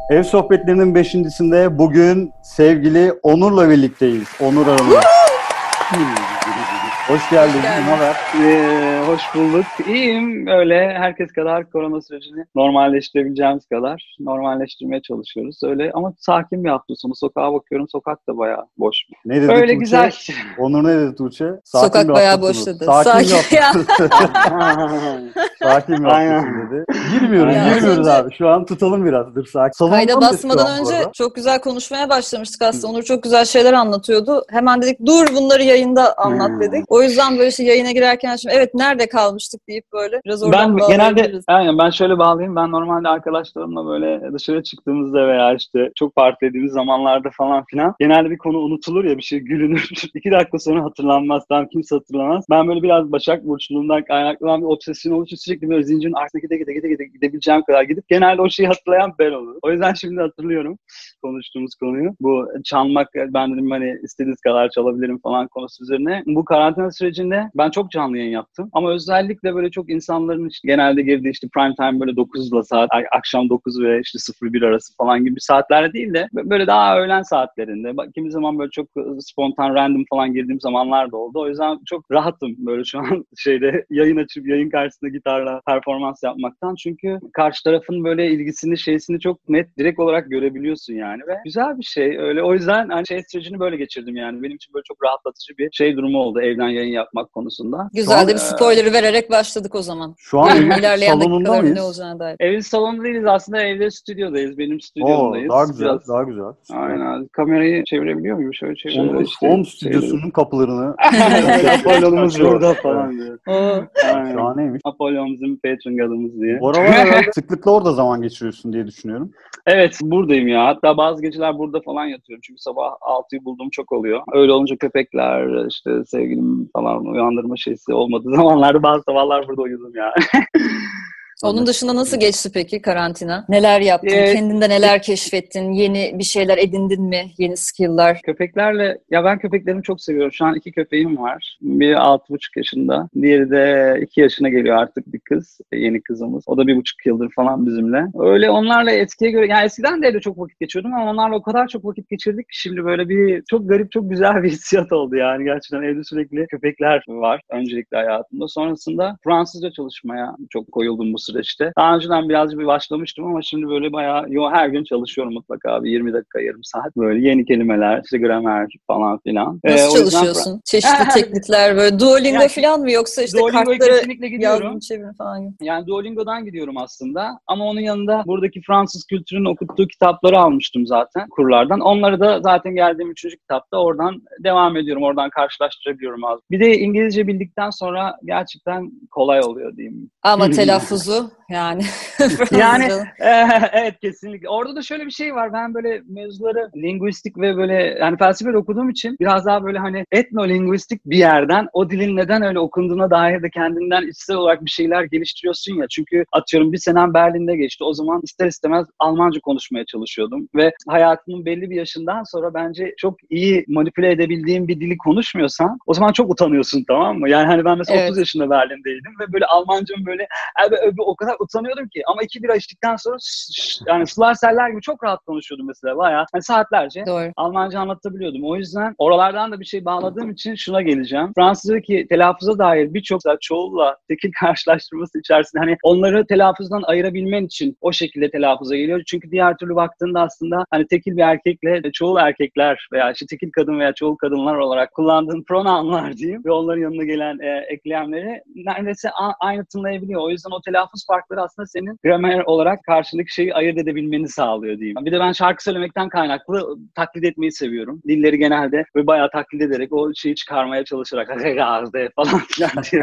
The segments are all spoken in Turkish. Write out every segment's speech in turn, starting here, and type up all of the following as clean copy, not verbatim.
Ev sohbetlerinin 5.'sinde bugün sevgili Onur'la birlikteyiz. Onur Hanım. Hoş geldin. Ne haber? Hoş bulduk. İyiyim. Öyle herkes kadar korona sürecini normalleştirebileceğimiz kadar normalleştirmeye çalışıyoruz. Öyle ama sakin bir hafta sonu. Sokağa bakıyorum. Sokak da bayağı boş. Ne dedi öyle Tuğçe? Güzel. Onur ne dedi Tuğçe? Sakin sokak bayağı boş dedi. Sakin bir hafta dedi. Girmiyoruz abi. Şu an tutalım biraz. Dur sakin. Kayda basmadan önce çok güzel konuşmaya başlamıştık aslında. Onur çok güzel şeyler anlatıyordu. Hemen dedik dur bunları yayında anlat dedik. O yüzden böyle yayına girerken şimdi evet nerede kalmıştık deyip böyle biraz oradan bağlayabiliriz. Ben şöyle bağlayayım. Ben normalde arkadaşlarımla böyle dışarı çıktığımızda veya işte çok partilediğimiz zamanlarda falan filan genelde bir konu unutulur ya, bir şey gülünür. 2 dakika sonra hatırlanmaz. Tam kimse hatırlamaz. Ben böyle biraz Başak Burçluğundan kaynaklanan bir obsesyon oluşu sürekli böyle zincirin arkasına gidebileceğim kadar gidip genelde o şeyi hatırlayan ben olurum. O yüzden şimdi hatırlıyorum konuştuğumuz konuyu. Bu çalmak, ben dedim hani istediğiniz kadar çalabilirim falan konusu üzerine. Bu karantina sürecinde ben çok canlı yayın yaptım. Ama özellikle böyle çok insanların işte genelde girdiği işte prime time böyle 9'la saat, akşam 9 ve işte 01 arası falan gibi saatlerde değil de böyle daha öğlen saatlerinde. Kimi zaman böyle çok spontan, random falan girdiğim zamanlar da oldu. O yüzden çok rahatım böyle şu an yayın açıp yayın karşısında gitarla performans yapmaktan. Çünkü karşı tarafın böyle ilgisini, şeysini çok net, direkt olarak görebiliyorsun yani ve güzel bir şey öyle. O yüzden hani sürecini böyle geçirdim yani. Benim için böyle çok rahatlatıcı bir durumu oldu evden yayın yapmak konusunda. Güzel de bir spoiler'ı vererek başladık o zaman. Şu an evin salonunda mıyız? Ne olacağına dair. Evin salonunda değiliz aslında, evde stüdyodayız. Benim stüdyomdayız. Daha güzel, daha güzel. Aynen. Kamerayı çevirebiliyor muyum? Şöyle çevirelim. Home stüdyosunun kapılarını. Apollon'umuz burada falan diyor. Şahaneymiş. Apollon'umuzun Patreon gadımız diye. Bu aralar sıklıkla orada zaman geçiriyorsun diye düşünüyorum. Evet, buradayım ya. Hatta bazı geceler burada falan yatıyorum. Çünkü sabah 6'yı bulduğum çok oluyor. Öyle olunca köpekler, işte sevgilim falan uyandırma şeysi olmadığı zamanlarda bazı sabahlar burada uyudum ya. Onun dışında nasıl geçti peki karantina? Neler yaptın? Kendinde neler keşfettin? Yeni bir şeyler edindin mi? Yeni skill'lar? Köpeklerle, ya ben köpeklerimi çok seviyorum. Şu an 2 köpeğim var. Biri 6,5 yaşında. Diğeri de 2 yaşına geliyor artık, bir kız. Yeni kızımız. O da 1,5 yıldır falan bizimle. Öyle onlarla eskiye göre, yani eskiden de evde çok vakit geçiriyordum ama onlarla o kadar çok vakit geçirdik ki şimdi böyle bir çok garip, çok güzel bir hissiyat oldu yani. Gerçekten evde sürekli köpekler var öncelikle hayatımda. Sonrasında Fransızca çalışmaya çok koyuldum bu süreçte. Daha önceden birazcık başlamıştım ama şimdi böyle bayağı her gün çalışıyorum mutlaka abi. 20 dakika, yarım saat böyle yeni kelimeler, işte gramer falan filan. Nasıl çalışıyorsun? Çeşitli teknikler böyle Duolingo falan mı yoksa işte kartları yazdım çevirim falan gibi? Yani Duolingo'dan gidiyorum aslında ama onun yanında buradaki Fransız kültürünün okuttuğu kitapları almıştım zaten kurlardan. Onları da zaten geldiğim 3. kitapta oradan devam ediyorum. Oradan karşılaştırabiliyorum az. Bir de İngilizce bildikten sonra gerçekten kolay oluyor diyeyim. Ama telaffuzu yani. Yani evet, kesinlikle. Orada da şöyle bir şey var. Ben böyle mevzuları linguistik ve böyle yani felsefe okuduğum için biraz daha böyle hani etnolinguistik bir yerden o dilin neden öyle okunduğuna dair de kendinden içsel olarak bir şeyler geliştiriyorsun ya. Çünkü atıyorum bir senem Berlin'de geçti. O zaman ister istemez Almanca konuşmaya çalışıyordum ve hayatımın belli bir yaşından sonra bence çok iyi manipüle edebildiğim bir dili konuşmuyorsan o zaman çok utanıyorsun, tamam mı? Yani hani ben mesela 30 yaşında Berlin'deydim ve böyle Almancam böyle o kadar utanıyordum ki ama 2 bira içtikten sonra yani sular seller gibi çok rahat konuşuyordum mesela bayağı. Hani saatlerce Almanca anlatabiliyordum. O yüzden oralardan da bir şey bağladığım için şuna geleceğim. Fransızca'daki telaffuza dair birçok çoğulla tekil karşılaştırması içerisinde hani onları telaffuzdan ayırabilmen için o şekilde telaffuza geliyor. Çünkü diğer türlü baktığında aslında hani tekil bir erkekle çoğul erkekler veya işte tekil kadın veya çoğul kadınlar olarak kullandığın pronounlar diyeyim ve onların yanına gelen eklemleri neredeyse aynı tınlayabiliyor. O yüzden o telaffuz farkları aslında senin gramer olarak karşındaki şeyi ayırt edebilmeni sağlıyor diyeyim. Bir de ben şarkı söylemekten kaynaklı taklit etmeyi seviyorum. Dilleri genelde ve bayağı taklit ederek o şeyi çıkarmaya çalışarak falan filan diye.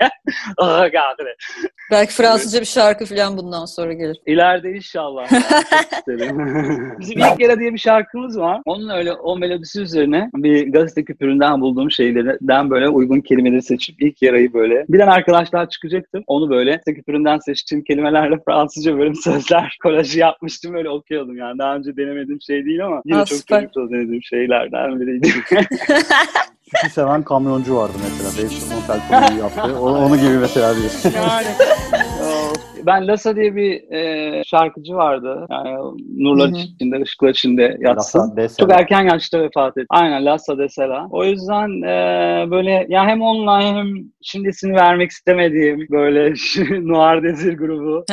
Belki Fransızca bir şarkı falan bundan sonra gelir. İleride inşallah. Çok isterim. Bizim İlk Yara diye bir şarkımız var. Onun öyle o melodisi üzerine bir gazete küpüründen bulduğum şeylerden böyle uygun kelimeleri seçip ilk yarayı böyle bilen arkadaşlar çıkacaktı. Onu böyle küpüründen seçtiğim kelimelerle Fransızca böyle sözler kolajı yapmıştım. Öyle okuyordum yani. Daha önce denemediğim şey değil ama yine çok çocukça denediğim şeylerden biriydi. Sütü seven kamyoncu vardı mesela. Beşiktaş Motel Konu'yu yaptı. Onu gibi mesela bir. Yani Ben Lasa diye bir şarkıcı vardı. Yani nurlar içinde, ışıklar içinde yatsın. Çok erken yaşta vefat etti. Aynen, Lasa Desela. O yüzden böyle ya hem onunla hem şimdi ismini vermek istemediğim böyle Noir Desir grubu.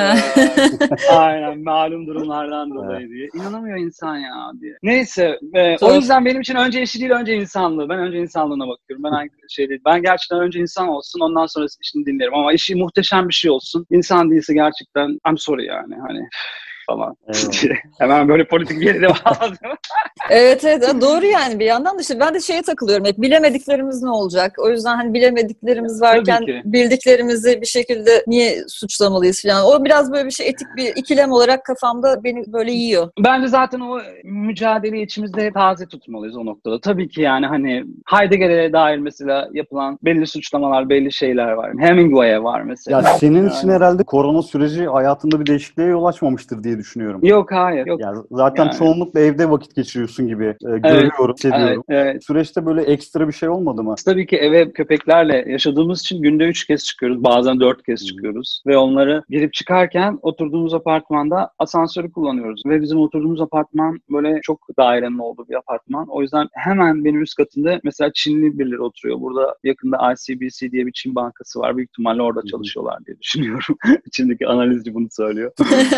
Aynen, malum durumlardan dolayı diye. İnanamıyor insan ya diye. Neyse, o yüzden benim için önce eşi değil, önce insanlığı. Ben önce insanlığına bakıyorum. Ben aynı şey değil. Ben gerçekten önce insan olsun, ondan sonra işini dinlerim. Ama işi muhteşem bir şey olsun. İnsan değilse gerçekten I'm sorry yani hani falan. Hemen böyle politik bir yere bağladım. Evet doğru yani bir yandan da işte ben de şeye takılıyorum hep bilemediklerimiz ne olacak? O yüzden hani bilemediklerimiz varken bildiklerimizi bir şekilde niye suçlamalıyız falan. O biraz böyle bir şey etik bir ikilem olarak kafamda beni böyle yiyor. Bence zaten o mücadeleyi içimizde taze tutmalıyız o noktada. Tabii ki yani hani Heidegger'e dair mesela yapılan belli suçlamalar, belli şeyler var. Hemingway'e var mesela. Ya senin için herhalde korona süreci hayatında bir değişikliğe yol açmamıştır diye düşünüyorum. Yok, hayır. Yok. Yani zaten çoğunlukla evde vakit geçiriyorsun gibi görüyorum, hissediyorum. Evet. Süreçte böyle ekstra bir şey olmadı mı? Tabii ki eve köpeklerle yaşadığımız için günde 3 kez çıkıyoruz. Bazen 4 kez çıkıyoruz. Ve onları girip çıkarken oturduğumuz apartmanda asansörü kullanıyoruz. Ve bizim oturduğumuz apartman böyle çok dairenin olduğu bir apartman. O yüzden hemen benim üst katımda mesela Çinli birileri oturuyor. Burada yakında ICBC diye bir Çin bankası var. Büyük ihtimalle orada çalışıyorlar diye düşünüyorum. İçindeki analizci bunu söylüyor.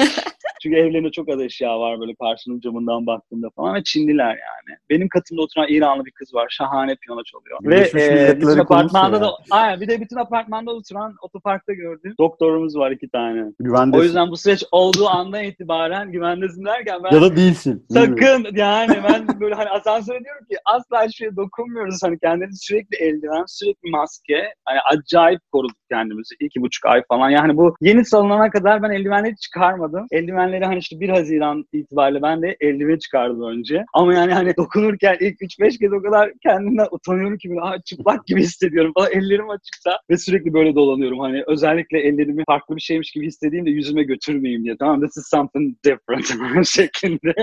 Çünkü evlerinde çok az eşya var böyle karşının camından baktığımda falan ve Çinliler yani. Benim katımda oturan İranlı bir kız var. Şahane piyano çalıyor. Ve bütün apartmanda da bir de bütün apartmanda oturan otoparkta gördüğüm doktorumuz var 2 tane. Güvendesin. O yüzden bu süreç olduğu andan itibaren güvendesin derken ben... Ya da değilsin. Sakın yani ben böyle hani asansöre diyorum ki asla hiçbir şeye dokunmuyoruz. Hani kendimiz sürekli eldiven, sürekli maske. Hani acayip koruduk kendimizi 2,5 ay falan. Yani bu yeni salınana kadar ben eldivenleri çıkarmadım. Eldivenleri hani işte 1 Haziran itibariyle ben de eldiveni çıkardım önce. Ama yani hani dokunurken ilk 3-5 kez o kadar kendimden utanıyorum ki böyle çıplak gibi hissediyorum falan. Ellerim açıkta ve sürekli böyle dolanıyorum. Hani özellikle ellerimi farklı bir şeymiş gibi hissedeyim de yüzüme götürmeyeyim diye. Tamam, this is something different şeklinde.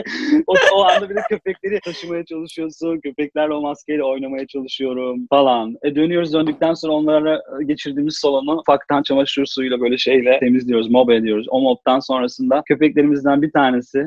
O anda bir de köpekleri taşımaya çalışıyorsun. Köpeklerle o maskeyle oynamaya çalışıyorum falan. Döndükten sonra onlara geçirdiğimiz salonu ufaktan çamaşır suyuyla böyle şeyle temizliyoruz, mob ediyoruz. O mobtan sonrasında köpeklerimizden bir tanesi,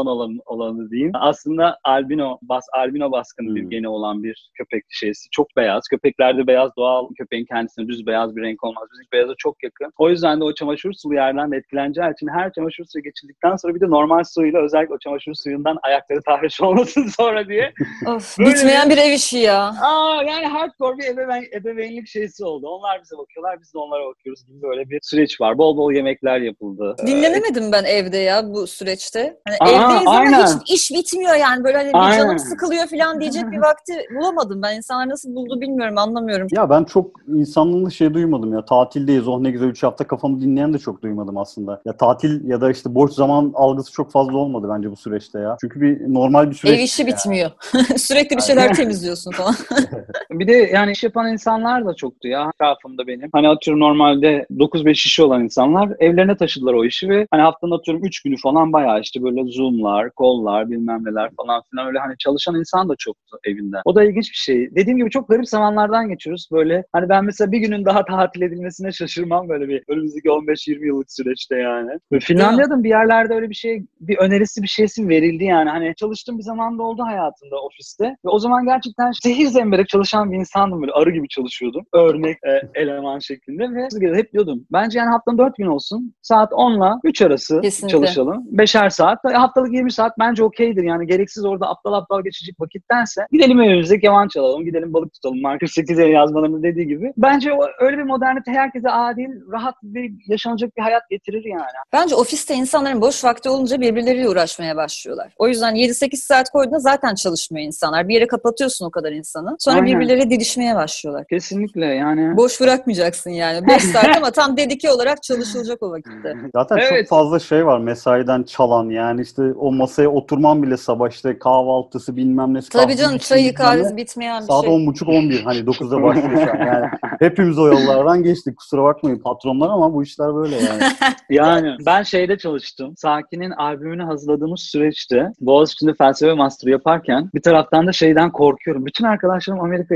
oğlanı diyeyim. Aslında albino baskını bir geni olan bir köpek şeysi. Çok beyaz. Köpeklerde beyaz doğal köpeğin kendisine düz beyaz bir renk olmaz. Bizim beyaza çok yakın. O yüzden de o çamaşır sulu yerden de etkileneceği için her çamaşır suyu geçirdikten sonra bir de normal suyla özellikle o çamaşır suyundan ayakları tahriş olmasın sonra diye. Of, bitmeyen bir ev işi ya. Yani hardcore bir ebeveynlik şeysi oldu. Onlar bize bakıyorlar, biz de onlara bakıyoruz gibi böyle bir süreç var. Bol bol yemekler yapıldı. Dinlenemedim ben evde ya bu süreçte. Hani evdeyiz ama hiç iş bitmiyor yani. Böyle hani bir canım sıkılıyor falan diyecek bir vakti bulamadım. Ben insanlar nasıl buldu bilmiyorum, anlamıyorum. Ya ben çok insanlığında şey duymadım ya. Tatildeyiz, oh ne güzel 3 hafta kafamı dinleyen de çok duymadım aslında. Ya tatil ya da işte boş zaman algısı çok fazla olmadı bence bu süreçte ya. Çünkü bir normal bir süreç. Ev işi bitmiyor. Sürekli bir şeyler temizliyorsun falan. Bir de yani iş yapan insanlar da çoktu ya etrafımda benim. Hani atıyorum normalde 9-5 işi olan insanlar evlerine taşıdılar o işi ve hani haftanın atıyorum 3 günü falan bayağı işte böyle Zoom'lar, call'lar, bilmem neler falan filan öyle hani çalışan insan da çoktu evinde. O da ilginç bir şey. Dediğim gibi çok garip zamanlardan geçiyoruz böyle. Hani ben mesela bir günün daha tatil edilmesine şaşırmam böyle bir önümüzdeki 15-20 yıllık süreçte yani. Finlandiya'da bir yerlerde öyle bir şey, bir önerisi bir şeysi verildi yani. Hani çalıştığım bir zamanda oldu hayatımda ofiste ve o zaman gerçekten zehir zemberek çalışan bir insandım böyle arı gibi çalışıyordum. Örnek eleman şeklinde ve hep diyordum. Bence yani haftanın 4 gün olsun. Saat 10'la 3 arası kesinlikle çalışalım. 5'er saat. Haftalık 20 saat bence okeydir. Yani gereksiz orada aptal geçecek vakittense gidelim evimize keman çalalım. Gidelim balık tutalım. Mark 48 yazmalarının dediği gibi. Bence öyle bir modernite herkese adil, rahat bir yaşanacak bir hayat getirir yani. Bence ofiste insanların boş vakti olunca birbirleriyle uğraşmaya başlıyorlar. O yüzden 7-8 saat koyduğunda zaten çalışmıyor insanlar. Bir yere kapatıyorsun o kadar insanı. Sonra birbirleriyle didişmeye başlıyorlar. Kesinlikle yani. Boş bırakmayacaksın yani. 5 saat ama tam dedike olarak çalışılacak o vakitte. Zaten çok fazla şey var mesaiden çalan yani işte o masaya oturman bile sabah işte kahvaltısı bilmem nesi. Tabii canım çayı kahvesi bitmeyen bir saat şey. Saat 10.30-11 hani 9'da başlıyor yani. Hepimiz o yollardan geçtik kusura bakmayın patronlar ama bu işler böyle yani. Yani ben şeyde çalıştım. Sakin'in albümünü hazırladığımız süreçte Boğaziçi'nde felsefe master yaparken bir taraftan da şeyden korkuyorum. Bütün arkadaşlarım Amerika'ya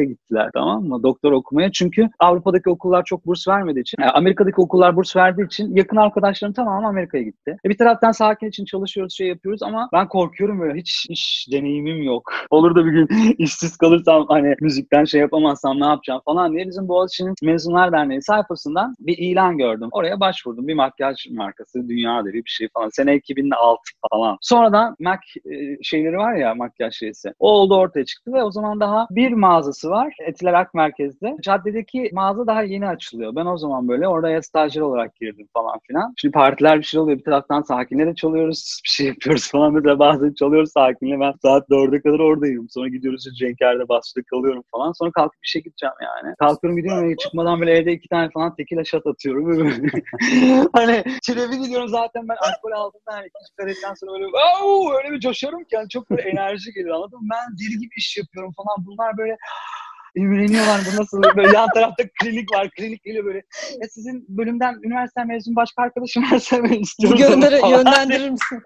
gittiler, tamam mı? Doktora okumaya. Çünkü Avrupa'daki okullar çok burs vermediği için, Amerika'daki okullar burs verdiği için yakın arkadaşlarım tamamı Amerika'ya gitti. Bir taraftan sakin için çalışıyoruz, şey yapıyoruz ama ben korkuyorum böyle. Hiç deneyimim yok. Olur da bir gün işsiz kalırsam, hani müzikten şey yapamazsam ne yapacağım falan diye bizim Boğaziçi'nin Mezunlar Derneği sayfasından bir ilan gördüm. Oraya başvurdum. Bir makyaj markası, Dünya Devi bir şey falan. Sene 2006 falan. Sonradan MAC şeyleri var ya, makyaj şeysi. O oldu, ortaya çıktı ve o zaman daha bir mağazası var. Etiler Ak Merkez'de. Caddedeki mağaza daha yeni açılıyor. Ben o zaman böyle oraya stajyer olarak girdim falan filan. Şimdi partiler bir şey oluyor. Bir taraftan sakinle de çalıyoruz. Bir şey yapıyoruz falan. Mesela bazen çalıyoruz sakinle. Ben saat 4'e kadar oradayım. Sonra gidiyoruz Cenker'de basçıda kalıyorum falan. Sonra kalkıp bir şey gideceğim yani. Kalkıyorum gidiyorum ve çıkmadan böyle evde 2 tane falan tekila shot atıyorum. Hani çilevi gidiyorum zaten, ben alkol aldığımda hani 2 kadetten sonra böyle öyle bir coşarım ki yani, çok böyle enerji geliyor, anladın mı? Ben deli gibi iş yapıyorum falan. Bunlar böyle imreniyorlar, bu nasıl, böyle yan tarafta klinik var, klinik geliyor böyle. Sizin bölümden üniversite mezun başka arkadaşım varsa ben istiyorum. Yönlendirir misin?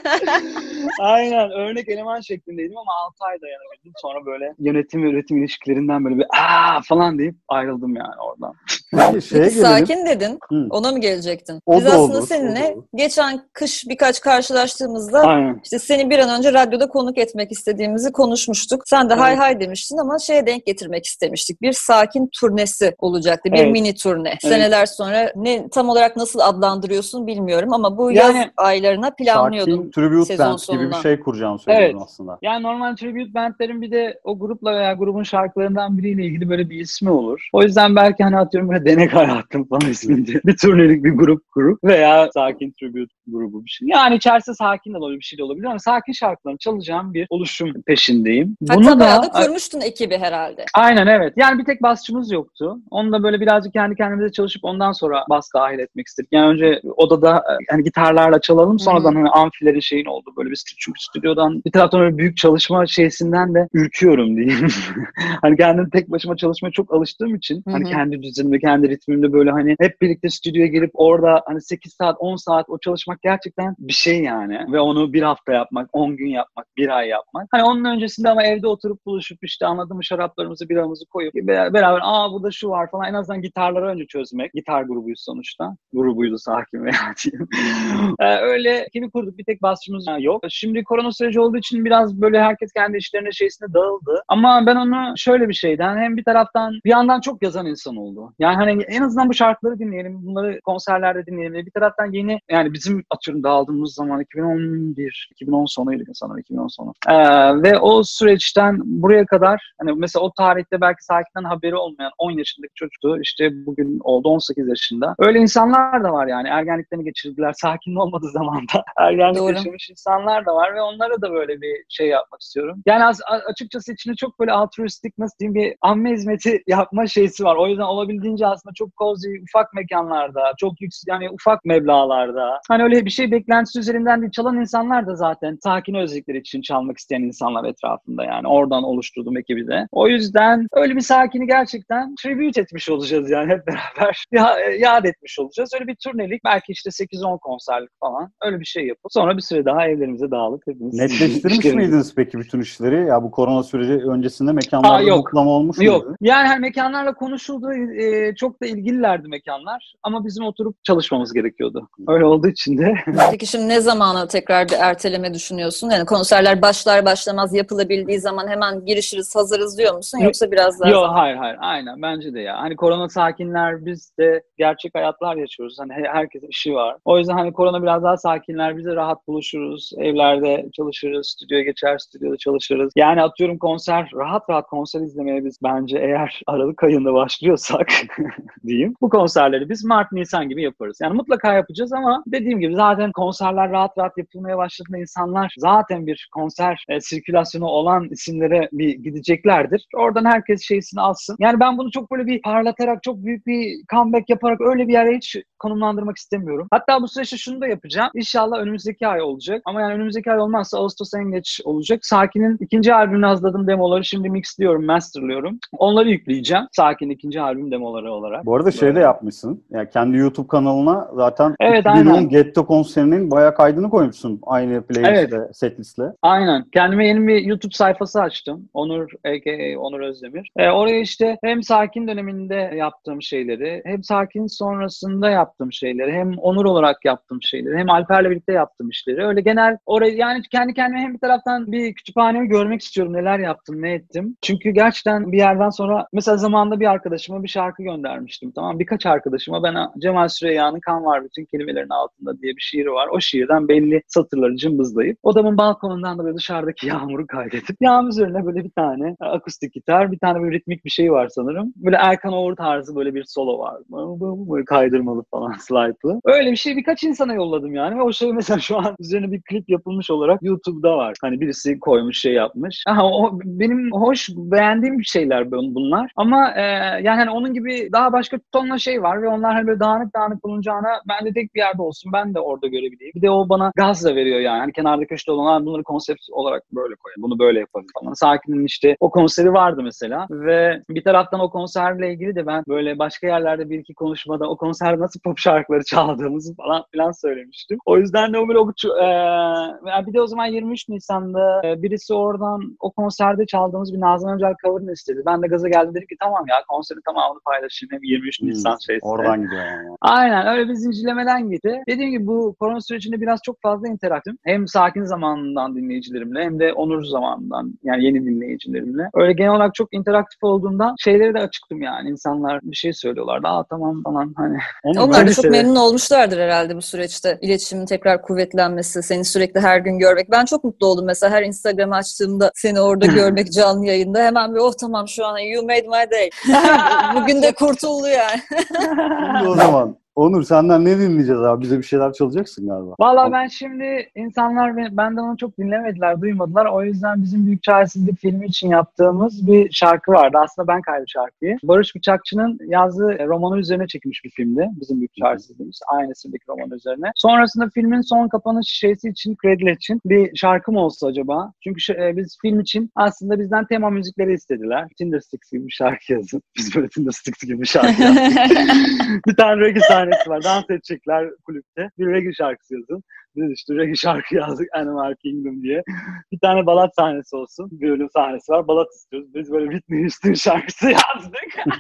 Aynen, örnek eleman şeklindeydim ama 6 ay dayanabildim. Sonra böyle yönetim ve üretim ilişkilerinden böyle bir falan deyip ayrıldım yani oradan. Peki sakin dedin. Ona mı gelecektin? Biz aslında seninle geçen kış birkaç karşılaştığımızda işte seni bir an önce radyoda konuk etmek istediğimizi konuşmuştuk. Sen de hay demiştin ama şeye denk getirmek istemiştik. Bir sakin turnesi olacaktı. Bir mini turne. Evet. Seneler sonra tam olarak nasıl adlandırıyorsun bilmiyorum ama bu yaz aylarına planlıyordun. Sakin tribute band gibi bir şey kuracağım söylüyorum aslında. Yani normal tribute bandlerin bir de o grupla veya grubun şarkılarından biriyle ilgili böyle bir ismi olur. O yüzden belki hani atıyorum böyle Denek Hayatım falan isminde bir turnelik bir grup veya sakin tribute grubu bir şey. Yani içerisinde sakin de olabilir, bir şey de olabilir ama sakin şarkılarını çalacağım bir oluşum peşindeyim. Hatta bayağı da kurmuştun ekibi herhalde. Aynen, evet. Yani bir tek basçımız yoktu. Onu da böyle birazcık kendi kendimize çalışıp ondan sonra bas dahil etmek istedik. Yani önce odada hani gitarlarla çalalım, sonradan hani amfilerin şeyin oldu böyle bir, çünkü stüdyodan bir taraftan öyle büyük çalışma şeysinden de ürküyorum diyeyim. Hani kendim tek başıma çalışmaya çok alıştığım için hani kendi düzenimde, kendi ritmimde böyle hani hep birlikte stüdyoya gelip orada hani 8 saat, 10 saat o çalışmak gerçekten bir şey yani. Ve onu bir hafta yapmak, 10 gün yapmak, bir ay yapmak. Hani onun öncesinde ama evde oturup buluşup işte anladın mı, şaraplarımızı, biramızı koyup beraber burada şu var falan, en azından gitarları önce çözmek. Gitar grubuyuz sonuçta. Grubuydu sakin veya diyeyim. Öyle kimi kurduk, bir tek basçımız yok. Şimdi korona süreci olduğu için biraz böyle herkes kendi işlerine şeysine dağıldı. Ama ben onu şöyle bir şeyden, hem bir taraftan bir yandan çok yazan insan oldu. Yani hani en azından bu şarkıları dinleyelim, bunları konserlerde dinleyelim. Bir taraftan yeni, yani bizim atıyorum dağıldığımız zaman 2010 sonuydu sanırım, 2010 sonu. Ve o süreçten buraya kadar hani mesela o tarihte belki sakinden haberi olmayan 10 yaşındaki çocuktu. İşte bugün oldu 18 yaşında. Öyle insanlar da var yani. Ergenliklerini geçirdiler. Sakin olmadığı zamanda ergenlik yaşamış insanlar da var ve onlara da böyle bir şey yapmak istiyorum. Yani açıkçası içinde çok böyle altruistik, nasıl diyeyim, bir amme hizmeti yapma şeysi var. O yüzden olabildiğince aslında çok cozy, ufak mekanlarda, çok yüksek, yani ufak meblağlarda. Hani öyle bir şey beklentisi üzerinden değil. Çalan insanlar da zaten sakin özlükleri için çalmak isteyen insanlar etrafında yani. Oradan oluşturduğum ekibi de. O yüzden öyle bir sakini gerçekten tribute etmiş olacağız yani hep beraber. Yad etmiş olacağız. Öyle bir turnelik, belki işte 8-10 konserlik falan öyle bir şey yapıp sonra bir süre daha evlerimize dağılıp hepimiz. Netleştirmiş miydiniz peki bütün işleri? Ya bu korona süreci öncesinde mekanlarda buklama olmuş muydu? Yok. Yani hani mekanlarla konuşuldu. Çok da ilgililerdi mekanlar. Ama bizim oturup çalışmamız gerekiyordu. Öyle olduğu için de. Peki şimdi ne zamana tekrar bir erteleme düşünüyorsun? Yani konserler başlar başlamaz yapılabildiği zaman hemen girişiriz, hazırız diyor musun? Yoksa biraz daha Yok, hayır. Aynen. Bence de ya. Hani korona sakinler, biz de gerçek hayatlar yaşıyoruz. Hani herkesin işi var. O yüzden hani korona biraz daha sakinler. Biz de rahat buluşuruz. Evlerde çalışırız. Stüdyoya geçer, stüdyoda çalışırız. Yani atıyorum rahat konser izlemeye biz bence eğer Aralık ayında başlıyorsak diyeyim. Bu konserleri biz Mart-Nisan gibi yaparız. Yani mutlaka yapacağız ama dediğim gibi zaten konserler rahat yapılmaya başladığında insanlar zaten bir konser sirkülasyonu olan isimlere bir gideceklerdir. Oradan herkes şeysini alsın. Yani ben bunu çok böyle bir parlatarak, çok büyük bir comeback yaparak öyle bir yere hiç konumlandırmak istemiyorum. Hatta bu süreçte şunu da yapacağım. İnşallah önümüzdeki ay olacak. Ama yani önümüzdeki ay olmazsa Ağustos en geç olacak. Sakin'in ikinci albümünü hazırladığım demoları şimdi mixliyorum, masterlıyorum. Onları yükleyeceğim. Sakin ikinci albüm demoları olarak. Bu arada şey de yapmışsın. Yani kendi YouTube kanalına zaten evet, 2010 Getto konserinin bayağı kaydını koymuşsun. Aynı playlistle, setlistle. Aynen. Kendime yeni bir YouTube sayfası açtım. Onur, a.k.a. Onur Öz Özdemir. Oraya işte hem Sakin döneminde yaptığım şeyleri, hem Sakin sonrasında yaptığım şeyleri, hem Onur olarak yaptığım şeyleri, hem Alper'le birlikte yaptığım işleri. Öyle genel oraya yani kendi kendime hem bir taraftan bir kütüphanemi görmek istiyorum. Neler yaptım, ne ettim. Çünkü gerçekten bir yerden sonra mesela zamanında bir arkadaşıma bir şarkı göndermiştim. Tamam, birkaç arkadaşıma ben Cemal Süreyya'nın "Kan var bütün kelimelerin altında" diye bir şiiri var. O şiirden belli satırları cımbızlayıp odamın balkonundan da böyle dışarıdaki yağmuru kaydedip yağmur üzerine böyle bir tane akustik gitar, bir tane böyle ritmik bir şey var sanırım. Böyle Erkan Oğur tarzı böyle bir solo var. Böyle kaydırmalı falan, slide'lı. Öyle bir şey birkaç insana yolladım yani ve o şey mesela şu an üzerine bir klip yapılmış olarak YouTube'da var. Hani birisi koymuş, şey yapmış. Aha, o benim hoş, beğendiğim şeyler bunlar. Ama yani hani onun gibi daha başka tonla şey var ve onlar hani böyle dağınık dağınık bulunacağına ben de tek bir yerde olsun, ben de orada görebileyim. Bir de o bana gaz da veriyor yani. Hani kenarda köşede olanlar bunları konsept olarak böyle koyalım, bunu böyle yapalım falan. Sakin'in işte o konseri vardı mesela ve bir taraftan o konserle ilgili de ben böyle başka yerlerde bir iki konuşmada o konserde nasıl pop şarkıları çaldığımızı falan filan söylemiştim. O yüzden de o böyle bir de o zaman 23 Nisan'da birisi oradan o konserde çaldığımız bir Nazan Öncel cover'ını istedi. Ben de gaza geldim, dedim ki tamam ya, konserin tamamını paylaşayım, hem 23 Nisan şeysi. Oradan gidiyor yani. Aynen öyle bir zincirlemeden gitti. Dediğim gibi bu korona sürecinde biraz çok fazla interaktif. Hem Sakin zamanından dinleyicilerimle hem de Onur zamanından, yani yeni dinleyicilerimle. Öyle genel olarak çok interaktif olduğundan şeyleri de açıktım yani. İnsanlar bir şey söylüyorlardı. Aa tamam falan hani. Onlar da çok memnun olmuşlardır herhalde bu süreçte. İletişimin tekrar kuvvetlenmesi, seni sürekli her gün görmek. Ben çok mutlu oldum mesela her Instagram açtığımda seni orada görmek canlı yayında. Hemen bir oh tamam şu an you made my day. Bugün de kurtuldu yani. Şimdi o zaman Onur, senden ne dinleyeceğiz abi? Bize bir şeyler çalacaksın galiba. Valla ben şimdi insanlar benden onu çok dinlemediler, duymadılar. O yüzden bizim Büyük Çaresizlik filmi için yaptığımız bir şarkı vardı. Aslında ben kaydı şarkıyı. Barış Bıçakçı'nın yazdığı romanı üzerine çekilmiş bir filmdi. Bizim Büyük Çaresizliğimiz. Aynı isimdeki roman üzerine. Sonrasında filmin son kapanış şeysi için, krediler için bir şarkı mı olsa acaba? Çünkü biz film için aslında bizden tema müzikleri istediler. Tindersticks gibi bir şarkı yazın. Biz böyle Tindersticks gibi bir şarkı yazdık. Bir tane reggae sahnesi var. Dans edecekler kulüpte. Bir reggae şarkısı yazın. Biz işte reggae şarkı yazdık, Animal Kingdom diye. Bir tane balat sahnesi olsun. Bir ölüm sahnesi var. Balat istiyoruz. Biz böyle Whitney Houston şarkısı yazdık.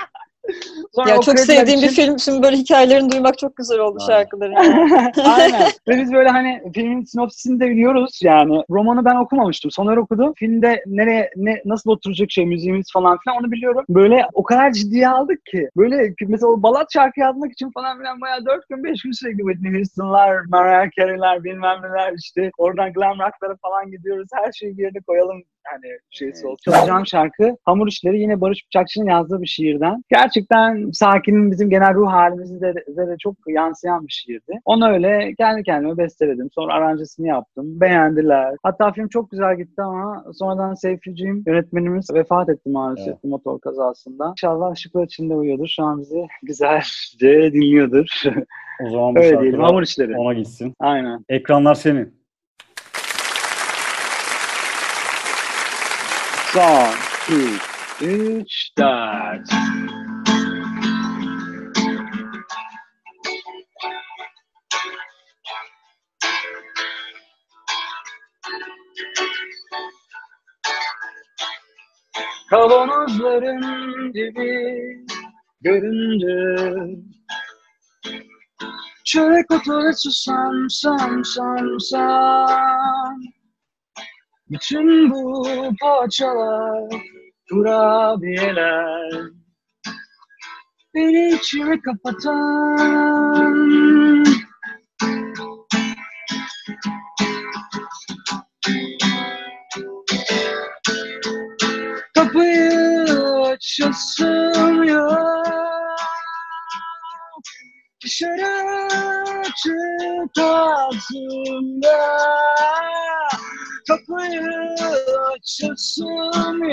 Sonra ya çok sevdiğim bir film. Şimdi böyle hikayelerini duymak çok güzel oldu şarkıların. Aynen. Ve biz böyle hani filmin sinopsisini de biliyoruz yani. Romanı ben okumamıştım. Soner okudu. Filmde nasıl oturacak müziğimiz falan filan onu biliyorum. Böyle o kadar ciddiye aldık ki. Böyle mesela o balat şarkı yazmak için falan filan bayağı 4 gün 5 gün sürekli Whitney Houston'lar, Mariah Carey'ler bilmem neler işte. Oradan glam rock'lara falan gidiyoruz. Her şeyi bir yerine koyalım. Yani şeysi olsun. Çalacağım şarkı Hamur İşleri, yine Barış Bıçakçı'nın yazdığı bir şiirden. Gerçekten Sakin'in bizim genel ruh halimizi de çok yansıyan bir şiirdi. Onu öyle kendi kendime besteledim. Sonra aranjesini yaptım. Beğendiler. Hatta film çok güzel gitti ama sonradan Seyficiğim yönetmenimiz vefat etti maalesef bir motor kazasında. İnşallah ışıklar içinde uyuyordur. Şu an bizi güzelce dinliyordur. O zaman bu öyle diyelim. Hamur İşleri. Ona gitsin. Aynen. Ekranlar senin. Son, 2, 3, 4. Kavanozların dibi göründü. Çörek otu ve susam, sam. Bütün bu parçalar, kurabiyeler beni içime kapatan. Kapıyı açasım yok, dışarı çıkasım yok. Kapıyı açasım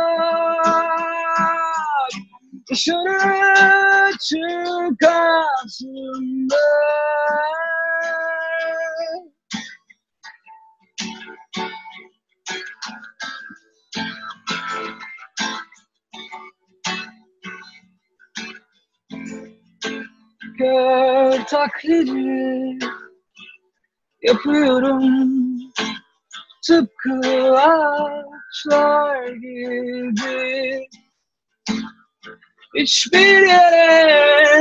yok, dışarı çıkasım yok. Kör taklidi yapıyorum, tıpkı ağaçlar gibi hiçbir yere